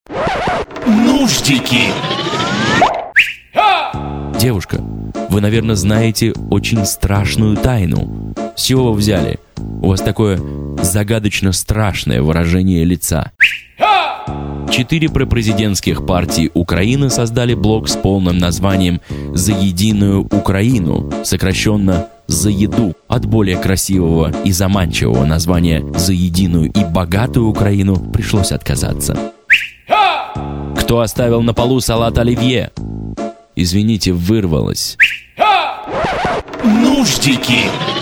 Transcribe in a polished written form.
Нуждики. Девушка, вы, наверное, знаете очень страшную тайну. С чего вы взяли? У вас такое загадочно страшное выражение лица. 4 пропрезидентских партии Украины создали блок с полным названием «За единую Украину», сокращенно «За еду». От более красивого и заманчивого названия «За единую и богатую Украину» пришлось отказаться. Кто оставил на полу салат оливье? Извините, вырвалось. Нуждики.